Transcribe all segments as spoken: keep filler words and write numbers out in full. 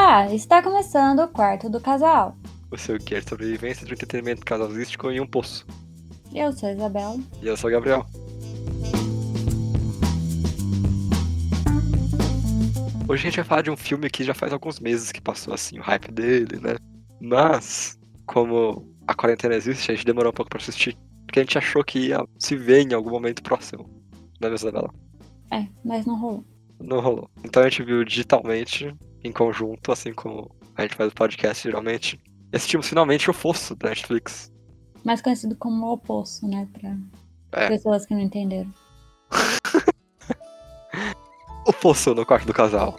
Olá, está começando o Quarto do Casal. O seu guia de sobrevivência de um entretenimento casalístico em um poço. Eu sou a Isabela. E eu sou o Gabriel. Hoje a gente vai falar de um filme que já faz alguns meses que passou assim, o hype dele, né? Mas, como a quarentena existe, a gente demorou um pouco pra assistir. Porque a gente achou que ia se ver em algum momento próximo. Não é mesmo, Isabela? É, mas não rolou. Não rolou. Então a gente viu digitalmente, em conjunto, assim como a gente faz o podcast geralmente. E assistimos finalmente O Fosso, da Netflix. Mais conhecido como O Poço, né? Pra É. pessoas que não entenderam. O Fosso no quarto do casal.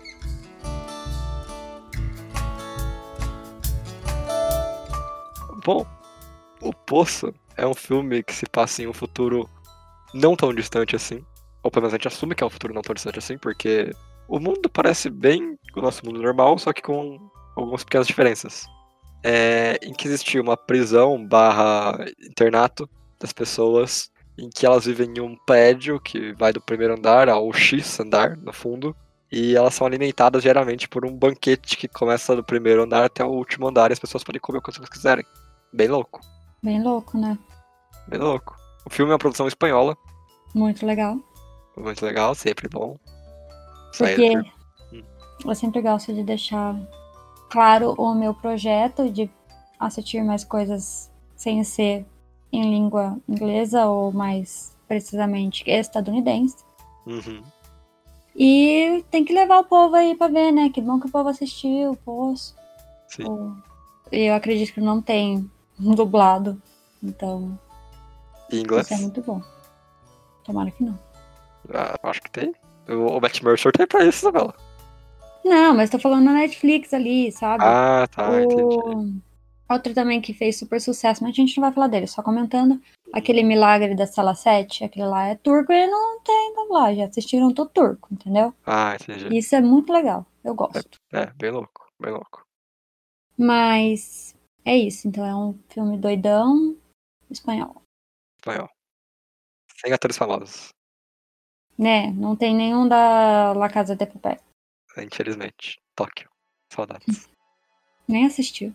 Bom, O Poço é um filme que se passa em um futuro não tão distante assim. Ou pelo menos a gente assume que é um futuro não tão distante assim, porque o mundo parece bem o nosso mundo normal, só que com algumas pequenas diferenças. É, em que existia uma prisão barra internato das pessoas, em que elas vivem em um prédio que vai do primeiro andar ao X andar, no fundo, e elas são alimentadas diariamente por um banquete que começa do primeiro andar até o último andar, e as pessoas podem comer o que elas quiserem. Bem louco. Bem louco, né? Bem louco. O filme é uma produção espanhola. Muito legal. Muito legal, sempre bom. Porque Sair hum. eu sempre gosto de deixar claro o meu projeto de assistir mais coisas sem ser em língua inglesa ou mais precisamente estadunidense. Uhum. E tem que levar o povo aí pra ver, né? Que bom que o povo assistiu, o Poço. Sim. O... Eu acredito que não tem dublado, então Em inglês? isso é muito bom. Tomara que não. Ah, acho que tem. O, o Matt Mercer tem pra isso, Isabela. Não, mas tô falando na Netflix ali, sabe? Ah, tá, o... entendi. Outro também que fez super sucesso, mas a gente não vai falar dele, só comentando. Aquele Milagre da Sala sete, aquele lá é turco e não tem dublagem. Assistiram todo turco, entendeu? Ah, entendi. Isso é muito legal, eu gosto. É, é, bem louco, bem louco. Mas é isso, então é um filme doidão espanhol. Espanhol. Sem atores famosos. Né, não tem nenhum da La Casa de Papel. Infelizmente. Tóquio. Saudades. Nem assistiu.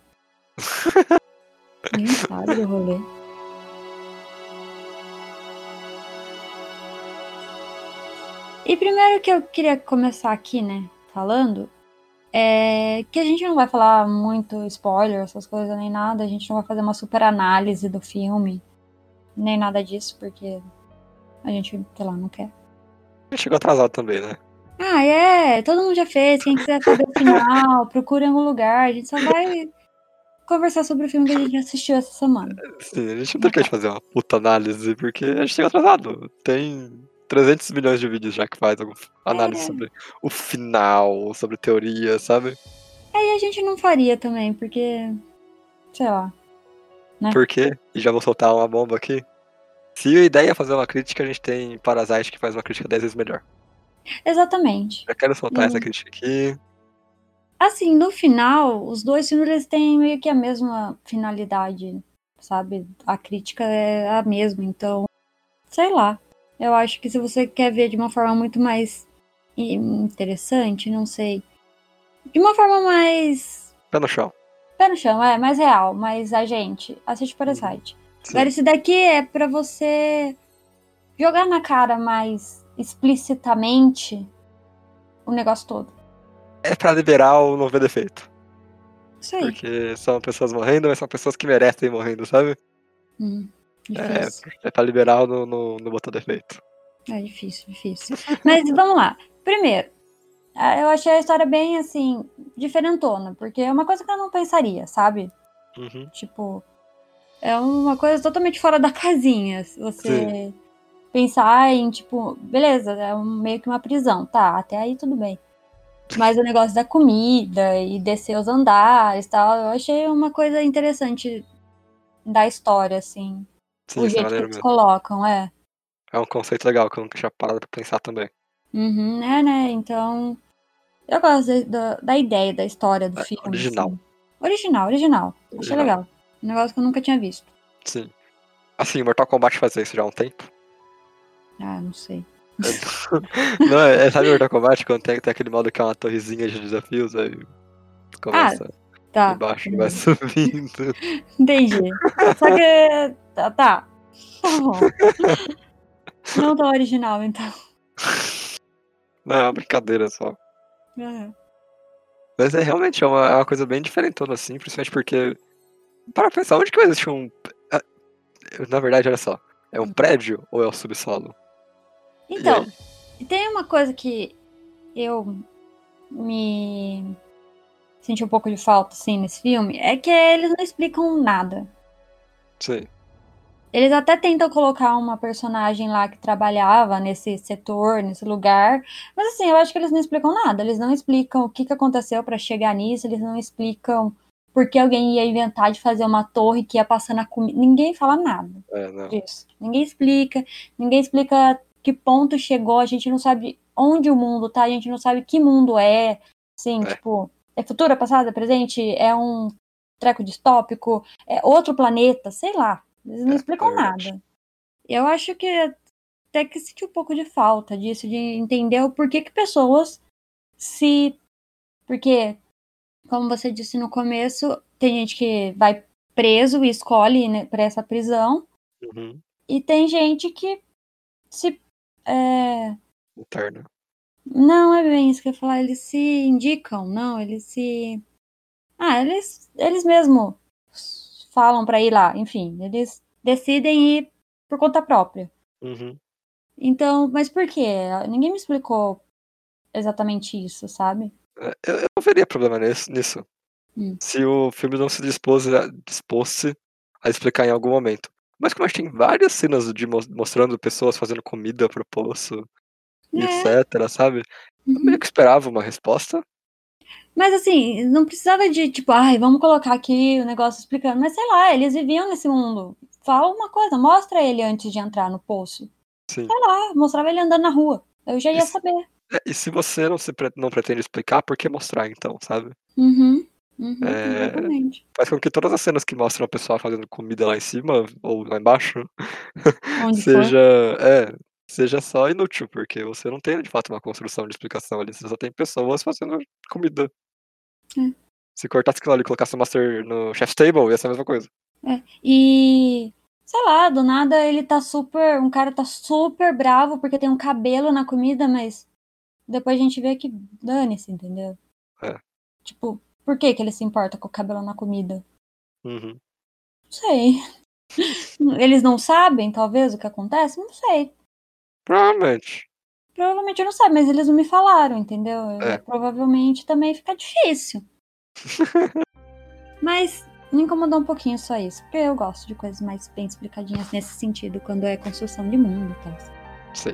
Nem sabe do rolê. E primeiro que eu queria começar aqui, né, falando, é que a gente não vai falar muito spoiler, essas coisas, nem nada. A gente não vai fazer uma super análise do filme, nem nada disso, porque a gente, sei lá, não quer. A gente chegou atrasado também, né? Ah, é, todo mundo já fez. Quem quiser saber o final, procura em algum lugar. A gente só vai conversar sobre o filme que a gente assistiu essa semana. Sim, a gente não tem que fazer uma puta análise, porque a gente chegou atrasado. Tem trezentos milhões de vídeos já que faz alguma análise É. sobre o final, sobre teoria, sabe? Aí a gente não faria também, porque, sei lá, né? Por quê? E já vou soltar uma bomba aqui. Se a ideia é fazer uma crítica, a gente tem Parasite que faz uma crítica dez vezes melhor. Exatamente. Já quero soltar E... essa crítica aqui. Assim, no final, os dois filmes eles têm meio que a mesma finalidade, sabe? A crítica é a mesma, então, sei lá. Eu acho que se você quer ver de uma forma muito mais interessante, não sei. De uma forma mais... Pé no chão. Pé no chão, é, mais real, mais a gente. Assiste Parasite. Agora, esse daqui é pra você jogar na cara mais explicitamente o negócio todo. É pra liberar o não ver defeito. Isso aí. Porque são pessoas morrendo, mas são pessoas que merecem morrendo, sabe? Hum, difícil. É, é pra liberar o não, não, não botar defeito. É difícil, difícil. Mas vamos lá. Primeiro, eu achei a história bem, assim, diferentona. Porque é uma coisa que eu não pensaria, sabe? Uhum. Tipo, é uma coisa totalmente fora da casinha. Você Sim. pensar em, tipo, beleza, é um, meio que uma prisão. Tá, até aí tudo bem. Mas o negócio da comida e descer os andares e tal, eu achei uma coisa interessante da história, assim. Sim, O isso é jeito que maneiro eles mesmo. colocam, é. É um conceito legal que eu nunca tinha parado pra pensar também. Uhum, é, né? Então, eu gosto de, da, da ideia, da história do É, filme. original. Assim. Original, original. Achei Original. legal. Um negócio que eu nunca tinha visto. Sim. Assim, Mortal Kombat fazia isso já há um tempo. Ah, não sei. Não, é, sabe Mortal Kombat quando tem, tem aquele modo que é uma torrezinha de desafios? Aí Começa Tá. embaixo e vai subindo. Entendi. Só que. Tá. Tá. Tá bom. Não tão original, então. Não, é uma brincadeira só. Uhum. Mas é realmente é uma, é uma coisa bem diferentona, assim, principalmente porque. Para pensar, onde que vai existir um. ah, Na verdade, olha só. É um prédio ou é o subsolo? E Então, aí? tem uma coisa que eu me senti um pouco de falta, assim, nesse filme, é que eles não explicam nada. Sim. Eles até tentam colocar uma personagem lá que trabalhava nesse setor, nesse lugar, mas assim, eu acho que eles não explicam nada. Eles não explicam o que, que aconteceu pra chegar nisso, eles não explicam por que alguém ia inventar de fazer uma torre que ia passando a comida. Ninguém fala nada É, não. disso. Ninguém explica, ninguém explica que ponto chegou, a gente não sabe onde o mundo tá, a gente não sabe que mundo é. Assim, É. tipo, é futuro, é passado, é presente, é um treco distópico, é outro planeta, sei lá. Eles não É, explicam é verdade. nada. Eu acho que até que senti um pouco de falta disso, de entender o porquê que pessoas se. Porque, como você disse no começo, tem gente que vai preso e escolhe, né, pra essa prisão, Uhum. e tem gente que se. é, Interno. Não é bem isso que eu ia falar, eles se indicam, não, eles se. Ah, eles, eles mesmo falam pra ir lá, enfim, eles decidem ir por conta própria. Uhum. Então, mas por quê? Ninguém me explicou exatamente isso, sabe? É, Eu, eu não veria problema nisso, nisso Hum. se o filme não se dispôs a, dispôs a explicar em algum momento. Mas como a gente tem várias cenas de mo- mostrando pessoas fazendo comida pro poço, e É. etc, sabe? Eu meio Uhum. que esperava uma resposta. Mas assim, não precisava de tipo, ai, vamos colocar aqui o negócio explicando. Mas sei lá, eles viviam nesse mundo. Fala uma coisa, mostra ele antes de entrar no poço. Sim. Sei lá, mostrava ele andando na rua. Eu já E, ia se- saber. é, e se você não, se pre- não pretende explicar, por que mostrar então, sabe? Uhum. Uhum, É, exatamente. faz com que todas as cenas que mostram a pessoa fazendo comida lá em cima ou lá embaixo Onde for. seja, é, seja só inútil, porque você não tem de fato uma construção de explicação ali, você só tem pessoas fazendo comida. É. Se cortasse aquilo ali e colocasse o Master no Chef's Table, ia ser a mesma coisa. É. E, sei lá, do nada ele tá super. Um cara tá super bravo porque tem um cabelo na comida, mas depois a gente vê que dane-se, entendeu? É. Tipo, por que que ele se importa com o cabelo na comida? Uhum. Não sei. Eles não sabem, talvez, o que acontece? Não sei. Provavelmente. Provavelmente eu não sei, mas eles não me falaram, entendeu? É, É. provavelmente também fica difícil. Mas me incomodou um pouquinho só isso, porque eu gosto de coisas mais bem explicadinhas nesse sentido, quando é construção de mundo e tal. Sei.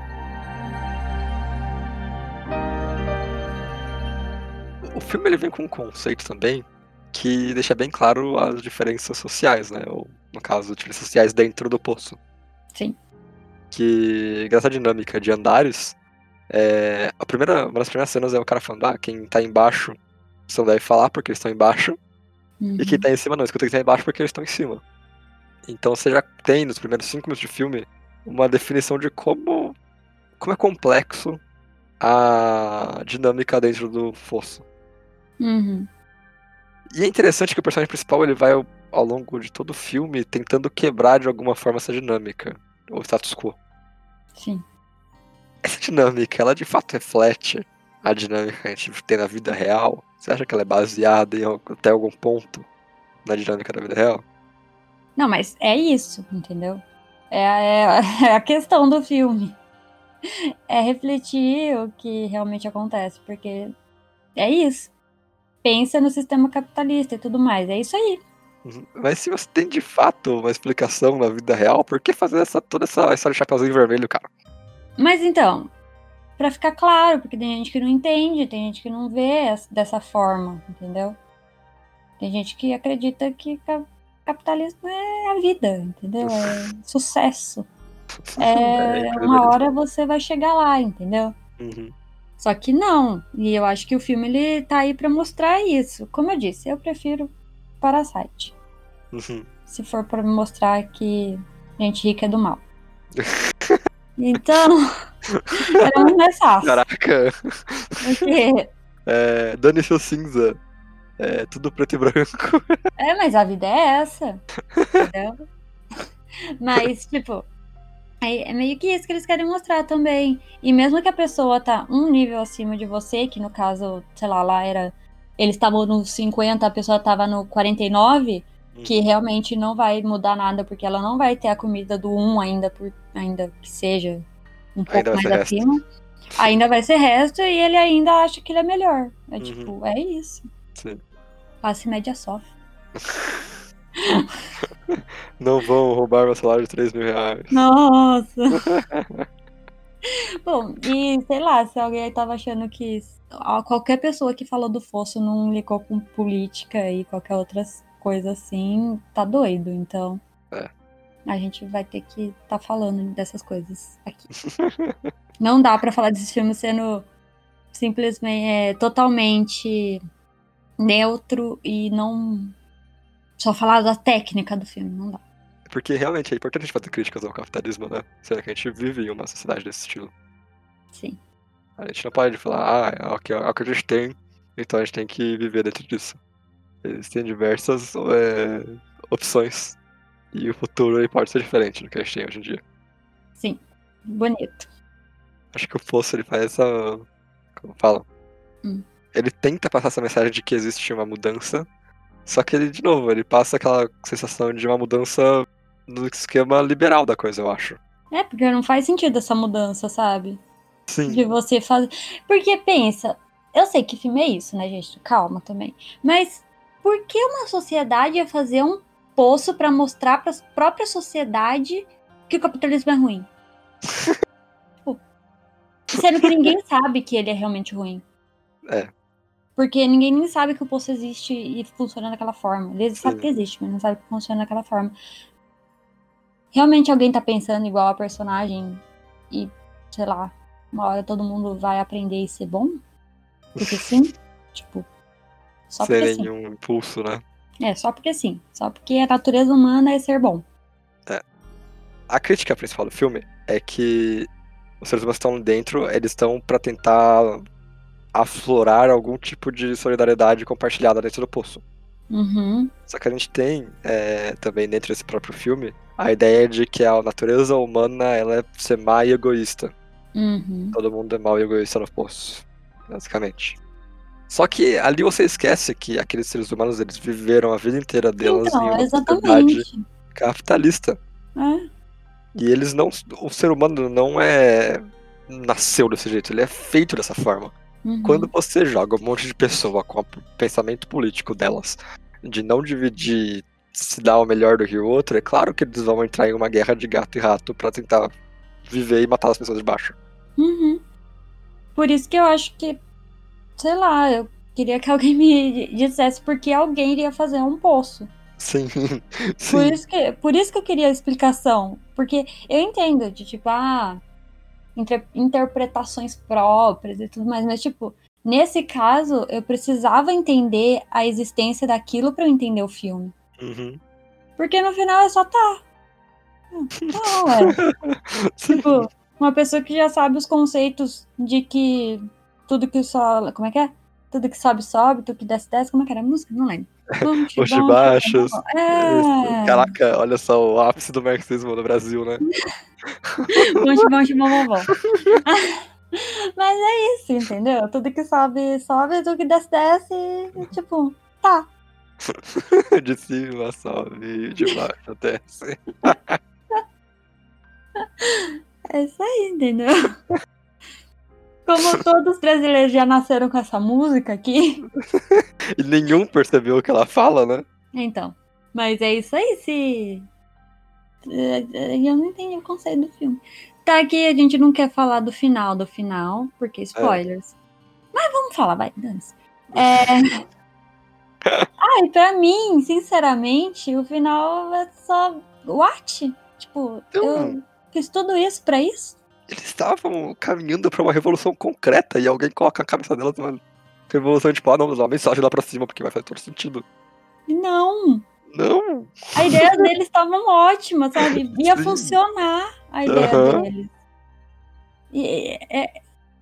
O filme ele vem com um conceito também que deixa bem claro as diferenças sociais, né? Ou, no caso, diferenças sociais dentro do poço. Sim. Que, graças à dinâmica de andares, é, a primeira, uma das primeiras cenas é o cara falando: ah, quem tá embaixo você não deve falar porque eles estão embaixo, Uhum. e quem tá em cima não, escuta quem tá embaixo porque eles estão em cima. Então você já tem, nos primeiros cinco minutos de filme, uma definição de como, como é complexo a dinâmica dentro do fosso. Uhum. E é interessante que o personagem principal ele vai ao, ao longo de todo o filme tentando quebrar de alguma forma essa dinâmica, o status quo. Sim. Essa dinâmica, ela de fato reflete a dinâmica que a gente tem na vida real? Você acha que ela é baseada em al- até algum ponto na dinâmica da vida real? Não, mas é isso, entendeu? É, a- é a- é a questão do filme. É refletir o que realmente acontece, porque é isso. Pensa no sistema capitalista e tudo mais. É isso aí. Uhum. Mas se você tem de fato uma explicação na vida real, por que fazer essa, toda essa história de Chapeuzinho Vermelho, cara? Mas então, pra ficar claro, porque tem gente que não entende, tem gente que não vê as- dessa forma, entendeu? Tem gente que acredita que ca- capitalismo é a vida, entendeu? É sucesso. É É, uma empreendedorismo. hora você vai chegar lá, entendeu? Uhum. Só que não. E eu acho que o filme ele tá aí pra mostrar isso. Como eu disse, eu prefiro Parasite. Uhum. Se for pra me mostrar que gente rica é do mal. Então, era muito mais fácil. Caraca! Porque É, dane seu cinza. É tudo preto e branco. É, mas a vida é essa. Entendeu? Mas, tipo, é é meio que isso que eles querem mostrar também. E mesmo que a pessoa tá um nível acima de você, que no caso, sei lá, lá era. Eles estavam no cinquenta, a pessoa tava no quarenta e nove, que Uhum. realmente não vai mudar nada, porque ela não vai ter a comida do um ainda, por, ainda que seja um pouco Ainda vai mais ser resto. acima. Ainda vai ser resto e ele ainda acha que ele é melhor. É Uhum. tipo, é isso. Sim. Classe média sofre. Não vão roubar meu salário de três mil reais. Nossa! Bom, e sei lá, se alguém aí tava achando que ó, qualquer pessoa que falou do Fosso não ligou com política e qualquer outra coisa assim, tá doido. Então, É. a gente vai ter que tá falando dessas coisas aqui. Não dá pra falar desses filmes sendo simplesmente, é, totalmente neutro e não só falar da técnica do filme, não dá. Porque realmente é importante a gente fazer críticas ao capitalismo, né? Sendo que a gente vive em uma sociedade desse estilo. Sim. A gente não pode falar, ah, é o que, é o que a gente tem, então a gente tem que viver dentro disso. Existem diversas é, opções. E o futuro aí pode ser diferente do que a gente tem hoje em dia. Sim. Bonito. Acho que o Poço, ele faz essa... Como fala? Hum. Ele tenta passar essa mensagem de que existe uma mudança, só que ele, de novo, ele passa aquela sensação de uma mudança no esquema liberal da coisa, eu acho. É, porque não faz sentido essa mudança, sabe? Sim. De você fazer. Porque pensa, eu sei que filme é isso, né, gente? Calma também. Mas por que uma sociedade ia fazer um poço pra mostrar pra própria sociedade que o capitalismo é ruim? Tipo, sendo que ninguém sabe que ele é realmente ruim. É. Porque ninguém nem sabe que o poço existe e funciona daquela forma. Eles Sim. sabem que existe, mas não sabem que funciona daquela forma. Realmente alguém tá pensando igual a personagem e, sei lá, uma hora todo mundo vai aprender e ser bom? Porque sim? Tipo, só Sem porque sim. nenhum impulso, né? É, só porque sim. Só porque a natureza humana é ser bom. É. A crítica principal do filme é que os seres humanos estão dentro, eles estão pra tentar aflorar algum tipo de solidariedade compartilhada dentro do poço. Uhum. Só que a gente tem, é, também dentro desse próprio filme, a ideia de que a natureza humana ela é ser má e egoísta. Uhum. Todo mundo é mau e egoísta no poço, basicamente. Só que ali você esquece que aqueles seres humanos eles viveram a vida inteira deles em Então, uma sociedade exatamente. capitalista. É. E eles não. O ser humano não é. Nasceu desse jeito, ele é feito dessa forma. Uhum. Quando você joga um monte de pessoa com o pensamento político delas, de não dividir, se dar o melhor do que o outro, é claro que eles vão entrar em uma guerra de gato e rato pra tentar viver e matar as pessoas de baixo. Uhum. Por isso que eu acho que, sei lá, eu queria que alguém me dissesse por que alguém iria fazer um poço. Sim, Por sim. isso que, por isso que eu queria a explicação. Porque eu entendo de tipo, ah, inter- interpretações próprias e tudo mais, mas tipo, nesse caso, eu precisava entender a existência daquilo pra eu entender o filme. Uhum. Porque no final é só tá. Não, é. Sim. Tipo, uma pessoa que já sabe os conceitos de que tudo que só. Como é que é? Tudo que sobe, sobe, tudo que desce, desce. Como é que era a música? Não lembro. Bom, Os de bom, baixos. bom. Isso. É. Caraca, olha só o ápice do marxismo no Brasil, né? Bom, bom, bom, bom, bom. Mas é isso, entendeu? Tudo que sobe, sobe, tudo que desce, desce. E, tipo, tá. De cima sobe, de baixo desce. É isso aí, entendeu? Como todos os brasileiros já nasceram com essa música aqui. E nenhum percebeu o que ela fala, né? Então. Mas é isso aí, se. Eu não entendi o conceito do filme. Tá, aqui a gente não quer falar do final do final, porque spoilers. É. Mas vamos falar, vai, dane-se. É. Ai, pra mim, sinceramente, o final é só. What? Tipo, então, eu fiz tudo isso pra isso? Eles estavam caminhando pra uma revolução concreta e alguém coloca a cabeça delas numa revolução tipo, ah não, uma mensagem lá pra cima, porque vai fazer todo sentido. Não. Não. A ideia deles estavam ótima, sabe? Ia Sim. Funcionar a ideia uhum. deles. E, é,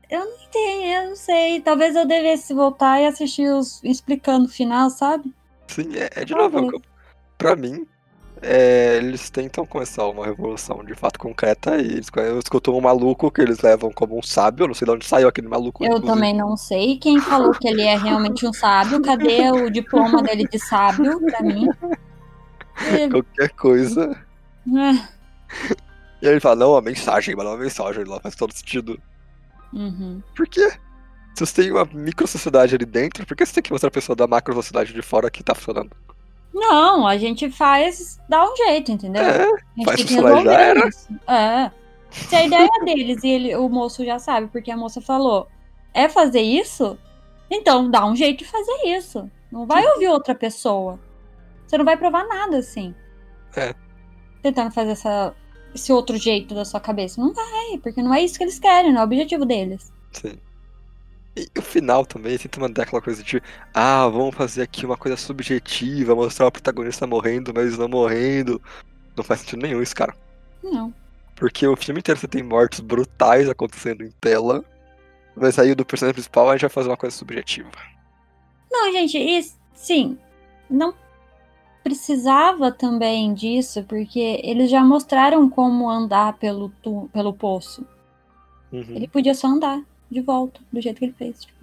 Eu não entendi, eu não sei. Talvez eu devesse voltar e assistir os explicando o final, sabe? Sim, é, é de novo, Talvez. pra mim, é, eles tentam começar uma revolução de fato concreta e eles escutam um maluco que eles levam como um sábio, eu não sei de onde saiu aquele maluco, Eu inclusive. também não sei quem falou que ele é realmente um sábio. Cadê o diploma dele de sábio pra mim? E, Qualquer coisa. é, E aí ele fala, não, a mensagem, mano, a mensagem lá faz todo sentido. uhum. Por quê? Se você tem uma micro sociedade ali dentro, por que você tem que mostrar a pessoa da macro sociedade de fora que tá funcionando? Não, a gente faz, dá um jeito, entendeu? É, A gente faz tem que funcionar e já resolver era. isso. É. Se a ideia deles e ele, o moço já sabe, porque a moça falou, é fazer isso? Então dá um jeito de fazer isso. Não vai Sim. ouvir outra pessoa. Você não vai provar nada assim. É. Tentando fazer essa, esse outro jeito da sua cabeça. Não vai, porque não é isso que eles querem, não é o objetivo deles. Sim. E o final também, tenta mandar aquela coisa de ah, vamos fazer aqui uma coisa subjetiva, mostrar o protagonista morrendo, mas não morrendo. Não faz sentido nenhum isso, cara. Não. Porque o filme inteiro você tem mortes brutais acontecendo em tela, mas aí do personagem principal a gente vai fazer uma coisa subjetiva. Não, gente, e sim, não precisava também disso, porque eles já mostraram como andar pelo, tu, pelo poço. Uhum. Ele podia só andar de volta, do jeito que ele fez. Tipo.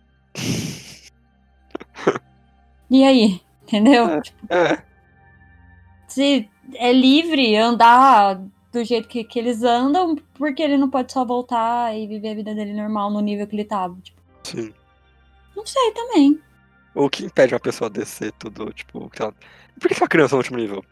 E aí? Entendeu? É, Tipo, é, se é livre andar do jeito que, que eles andam, porque ele não pode só voltar e viver a vida dele normal no nível que ele tava? Tipo, sim. não sei também. O que impede uma pessoa descer tudo, tipo, sei lá, por que uma criança no último nível?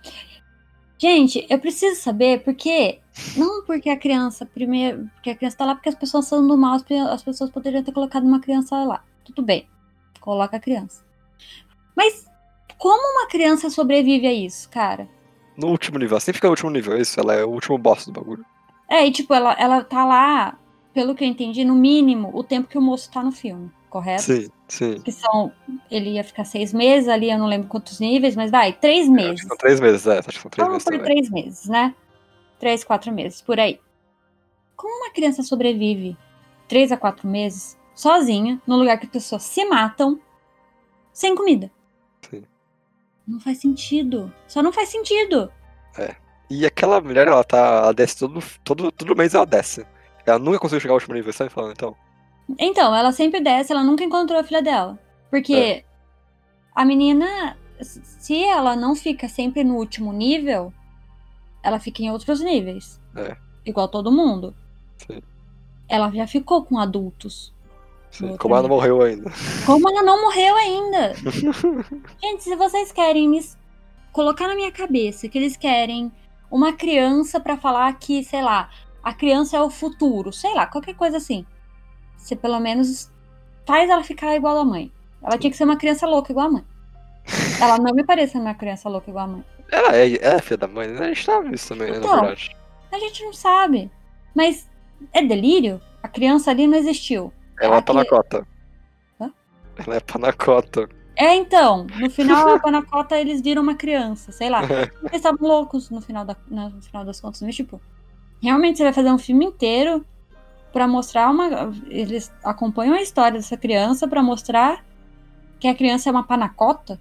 Gente, eu preciso saber porque. Não porque a criança, primeiro. Porque a criança tá lá porque as pessoas são do mal, as pessoas poderiam ter colocado uma criança lá. Tudo bem. Coloca a criança. Mas como uma criança sobrevive a isso, cara? No último nível, ela sempre fica no último nível, é isso, ela é o último boss do bagulho. É, e tipo, ela, ela tá lá, pelo que eu entendi, no mínimo, o tempo que o moço tá no filme, correto? Sim, sim. Que são. Ele ia ficar seis meses ali, eu não lembro quantos níveis, mas vai, três É, acho que meses. são três meses, é, acho que são três Vamos meses por também. três meses, né? Três, quatro meses, por aí. Como uma criança sobrevive três a quatro meses sozinha, num lugar que as pessoas se matam, sem comida? Sim. Não faz sentido. Só não faz sentido. É. E aquela mulher, ela tá. Ela desce todo, todo, todo mês ela desce. Ela nunca conseguiu chegar ao último nível, sabe falando, então? Então, ela sempre desce, ela nunca encontrou a filha dela. Porque É. a menina, se ela não fica sempre no último nível, ela fica em outros níveis. É. Igual todo mundo. Sim. Ela já ficou com adultos. Sim. Como ela não morreu ainda. Como ela não morreu ainda? Gente, se vocês querem me colocar na minha cabeça que eles querem uma criança pra falar que, sei lá, a criança é o futuro, sei lá, qualquer coisa assim. Você pelo menos faz ela ficar igual a mãe. Ela tinha que ser uma criança louca igual a mãe. Ela não me parece uma criança louca igual a mãe. Ela é, é filha da mãe, né? A gente sabe isso também, né, na Então, verdade. a gente não sabe. Mas é delírio? A criança ali não existiu. Ela é Aqui... panacota. Hã? Ela é panacota. É, então, no final a panacota eles viram uma criança, sei lá. Eles estavam loucos no final, da, no final das contas, mas tipo, realmente você vai fazer um filme inteiro pra mostrar uma... Eles acompanham a história dessa criança pra mostrar que a criança é uma panacota?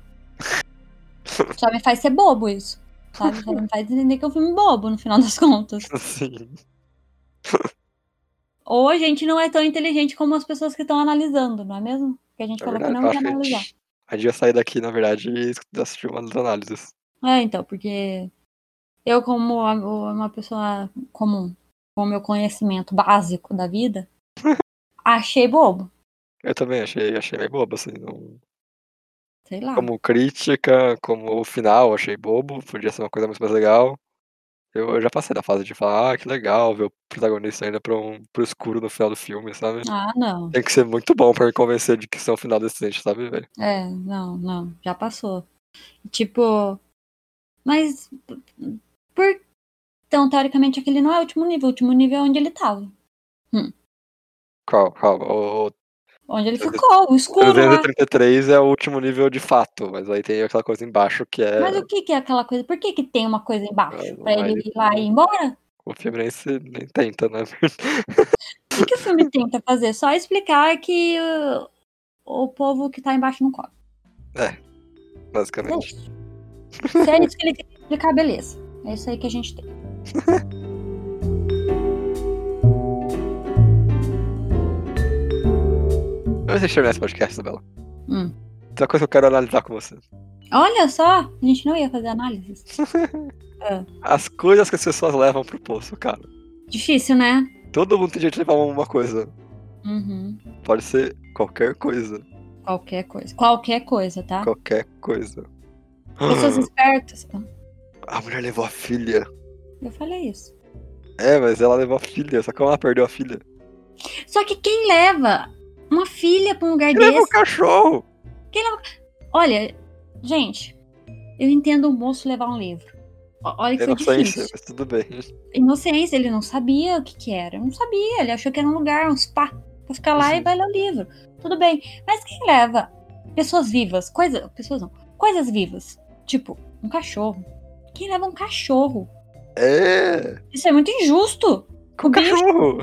Só me faz ser bobo isso, sabe? Só me faz entender que é um filme bobo no final das contas. Sim. Ou a gente não é tão inteligente como as pessoas que estão analisando, não é mesmo? Porque a gente É falou verdade. que Eu não acho ia que a analisar. gente, a gente ia sair daqui, na verdade, e assistir uma das análises. É, então, porque eu, como uma pessoa comum, com o meu conhecimento básico da vida, achei bobo. Eu também achei, achei meio bobo, assim. Não... Sei lá. Como crítica, como o final, achei bobo. Podia ser uma coisa muito mais legal. Eu, eu já passei da fase de falar, ah, que legal ver o protagonista ainda pro, um, pro escuro no final do filme, sabe? Ah, não. Tem que ser muito bom pra me convencer de que isso é um final decente, sabe, velho? É, não, não. Já passou. Tipo... Mas... Por... Então, teoricamente, aquele não é o último nível. O último nível é onde ele tava. Hum. Qual, qual? O, Onde ele ficou, o escuro lá. trezentos e trinta e três é o último nível de fato, mas aí tem aquela coisa embaixo que é... Mas o que que é aquela coisa? Por que que tem uma coisa embaixo? Pra Aí, ele ir lá e ir embora? o filme nem, se, nem tenta, né? O que que o filme tenta fazer? Só explicar que o, o povo que tá embaixo não come. É, basicamente. É isso. Se é isso que ele quer explicar, beleza. É isso aí que a gente tem. Antes de terminar esse podcast, Isabela, Hum. tem uma coisa que eu quero analisar com você. Olha só, a gente não ia fazer análises. É. As coisas que as pessoas levam pro poço, cara. Difícil, né? Todo mundo tem direito de levar uma coisa. Uhum. Pode ser qualquer coisa. Qualquer coisa. Qualquer coisa, tá? Qualquer coisa. Pessoas espertas. A mulher levou a filha. Eu falei isso. É, mas ela levou a filha, só que ela perdeu a filha. Só que quem leva uma filha pra um lugar Quem desse? leva o cachorro? Quem leva... Olha, gente, eu entendo o moço levar um livro. O- Olha que foi Inocência, difícil. mas tudo bem. Inocência, ele não sabia o que que era. Não sabia, ele achou que era um lugar, um spa. Pra ficar lá e Uhum. vai ler o livro. Tudo bem. Mas quem leva pessoas vivas, coisa, pessoas não, coisas vivas, tipo um cachorro. Quem leva um cachorro? É, Isso é muito injusto. com O o bicho, cachorro.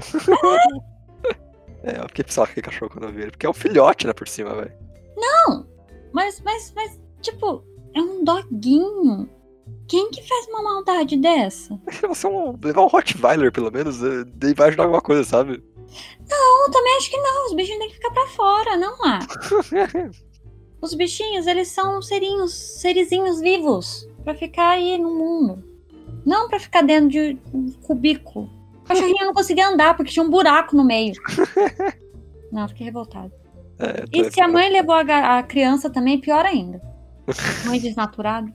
É, eu fiquei pensando que cachorro quando eu vi ele, porque é um filhote, né, por cima, velho. mas, mas, mas, tipo, é um doguinho. Quem que faz uma maldade dessa? Se você um, levar um Rottweiler, pelo menos, é, daí vai ajudar alguma coisa, sabe? Eu também acho que não, os bichinhos têm que ficar pra fora, não lá. Os bichinhos, eles são serinhos, serizinhos vivos pra ficar aí no mundo. Não pra ficar dentro de um cubículo. O cachorrinho não conseguia andar porque tinha um buraco no meio. Não, eu fiquei revoltada. É, E tá- se a mãe levou a, ga- a criança também, pior ainda. Mãe desnaturada.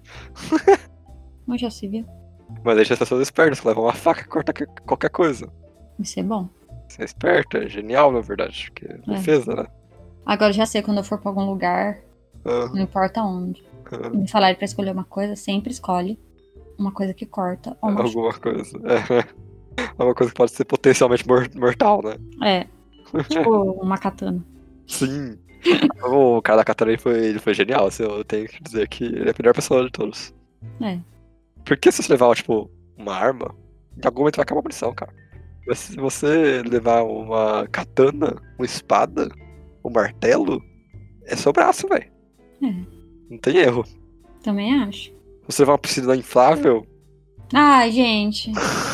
Não já se viu? Mas deixa as pessoas espertas, que levam uma faca e corta que- qualquer coisa. Isso é bom. Você é esperto, é genial, na verdade, porque é defesa, né? Agora eu já sei, quando eu for pra algum lugar, Ah, não importa onde, ah, me falarem pra escolher uma coisa, sempre escolhe uma coisa que corta ou machuca. alguma coisa. É. É uma coisa que pode ser potencialmente mor- mortal, né? É, tipo uma katana. Sim. O cara da katana ele foi, ele foi genial, assim, eu tenho que dizer que ele é a melhor pessoa de todos. É. Porque se você levar, tipo, uma arma, em algum momento vai acabar a munição, cara. Mas se você levar uma katana, uma espada, um martelo, é seu braço, velho. É. Não tem erro. Também acho. Se você levar uma piscina inflável, Ai, gente.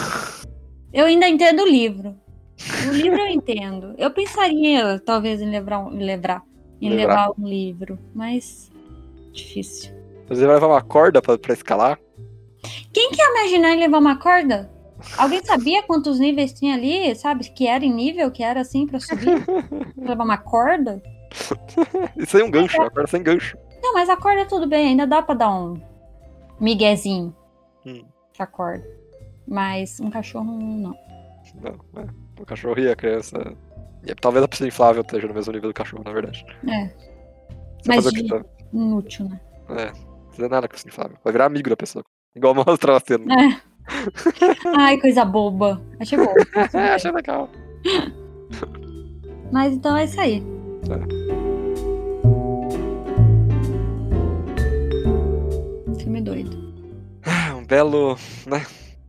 Eu ainda entendo o livro. O livro eu entendo. Eu pensaria, talvez, em levar um, em levar, em Levar. levar um livro, mas difícil. você vai levar uma corda pra, pra escalar, Quem que ia imaginar em levar uma corda? Alguém sabia quantos níveis tinha ali? Sabe que era em nível, que era assim pra subir? Levar uma corda? isso aí é um gancho, uma corda sem gancho. Não, mas a corda tudo bem, ainda dá pra dar um miguezinho Hum, com a corda. Mas um cachorro não. não, é. O cachorro e a criança. E talvez a piscina inflável esteja no mesmo nível do cachorro, na verdade. É, Você Mas fazer o que de- tá. inútil, né? É, não fazer nada com a piscina inflável. Vai virar amigo da pessoa. Igual mostra a cena. É. Ai, coisa boba. Achei bom. É, achei legal. Mas então é isso aí. Filme doido. Ah, um belo. né?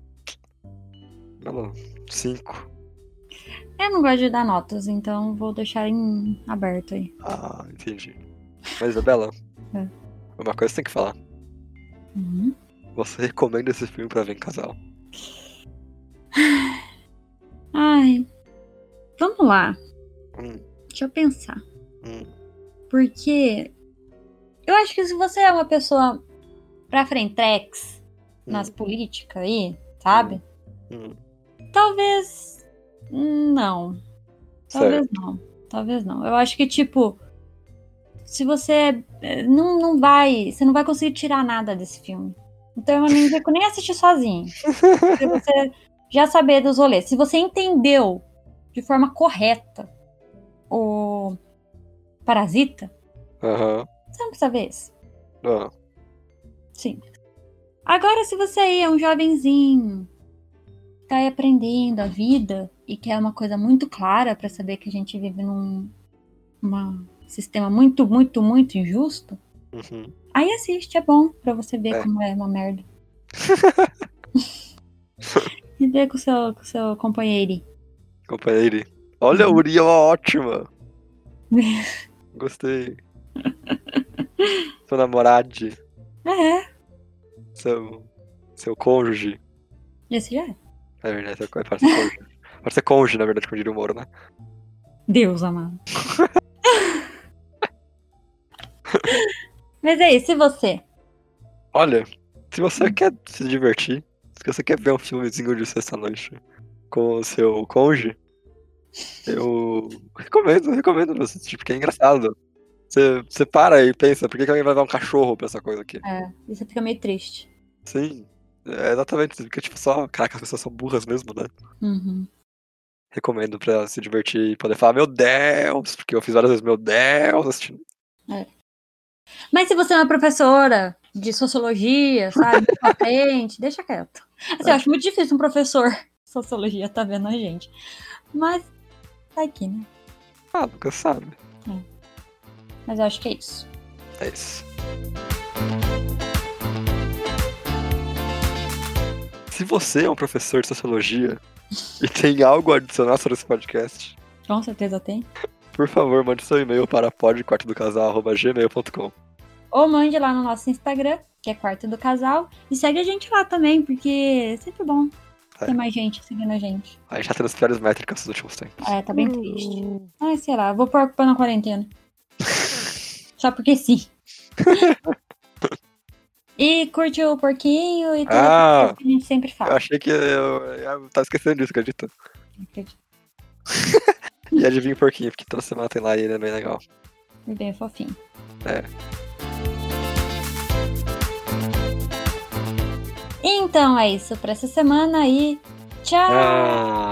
Belo cinco. Eu não gosto de dar notas, então vou deixar em aberto aí. Ah, entendi. Mas, Isabela, É. uma coisa você tem que falar. Uhum. Você recomenda esse filme pra ver em casal. Ai. Vamos lá. Hum, Deixa eu pensar. hum, Porque eu acho que se você é uma pessoa pra frentex hum, nas políticas aí, sabe? hum. Talvez não. Talvez Certo. não. Talvez não. Eu acho que, tipo, se você eh, não, não vai. Você não vai conseguir tirar nada desse filme. Então eu nem indico nem assistir sozinho. Se você já saber dos rolês. Se você entendeu de forma correta o Parasita, Aham. você não precisa ver esse. Ah, Sim. Agora, se você aí é um jovenzinho, tá aí aprendendo a vida e quer uma coisa muito clara pra saber que a gente vive num uma sistema muito, muito, muito injusto, uhum. aí assiste, é bom pra você ver É. como é uma merda. E ver com o seu, com o seu companheiro. Companheiro. Olha, a Uriel é ótima. Gostei. Seu namorado. É, Seu. Seu cônjuge. esse já é. É verdade, pode ser cônjuge. Pode ser cônjuge, na verdade, como diria o Moro, né? Deus amado. Mas é isso, e você? Olha, se você quer se divertir, se você quer ver um filmezinho de sexta-noite com o seu cônjuge, eu recomendo, recomendo você, tipo, que é engraçado. Você, você para e pensa, por que, que alguém vai levar um cachorro pra essa coisa aqui? É, e você fica meio triste. Sim, é exatamente, você fica tipo só, caraca, as pessoas são burras mesmo, né? Uhum. Recomendo pra se divertir e poder falar, meu Deus, porque eu fiz várias vezes, meu Deus, assistindo. É. Mas se você é uma professora de sociologia, sabe, pra frente, deixa quieto. Assim, É. eu acho muito difícil um professor de sociologia tá vendo a gente. Mas tá aqui, né? Ah, nunca sabe. Mas eu acho que é isso. É isso. Se você é um professor de sociologia e tem algo a adicionar sobre esse podcast, Com certeza tem. por favor, mande seu e-mail para pod quarto do casal arroba gmail ponto com. Ou mande lá no nosso Instagram, que é Quarto do Casal, e segue a gente lá também, porque é sempre bom É. ter mais gente seguindo a gente. A gente já tem as piores métricas nos últimos tempos. É, tá bem triste. Ai, sei lá, vou pôr a culpa na quarentena. Só porque sim. E curte o porquinho e tudo Ah, que a gente sempre eu fala. achei que eu, eu tava esquecendo disso, acredita? Acredito. E adivinha o porquinho, porque toda semana tem lá e ele é bem legal. E bem fofinho. É. Então é isso pra essa semana e tchau! Ah.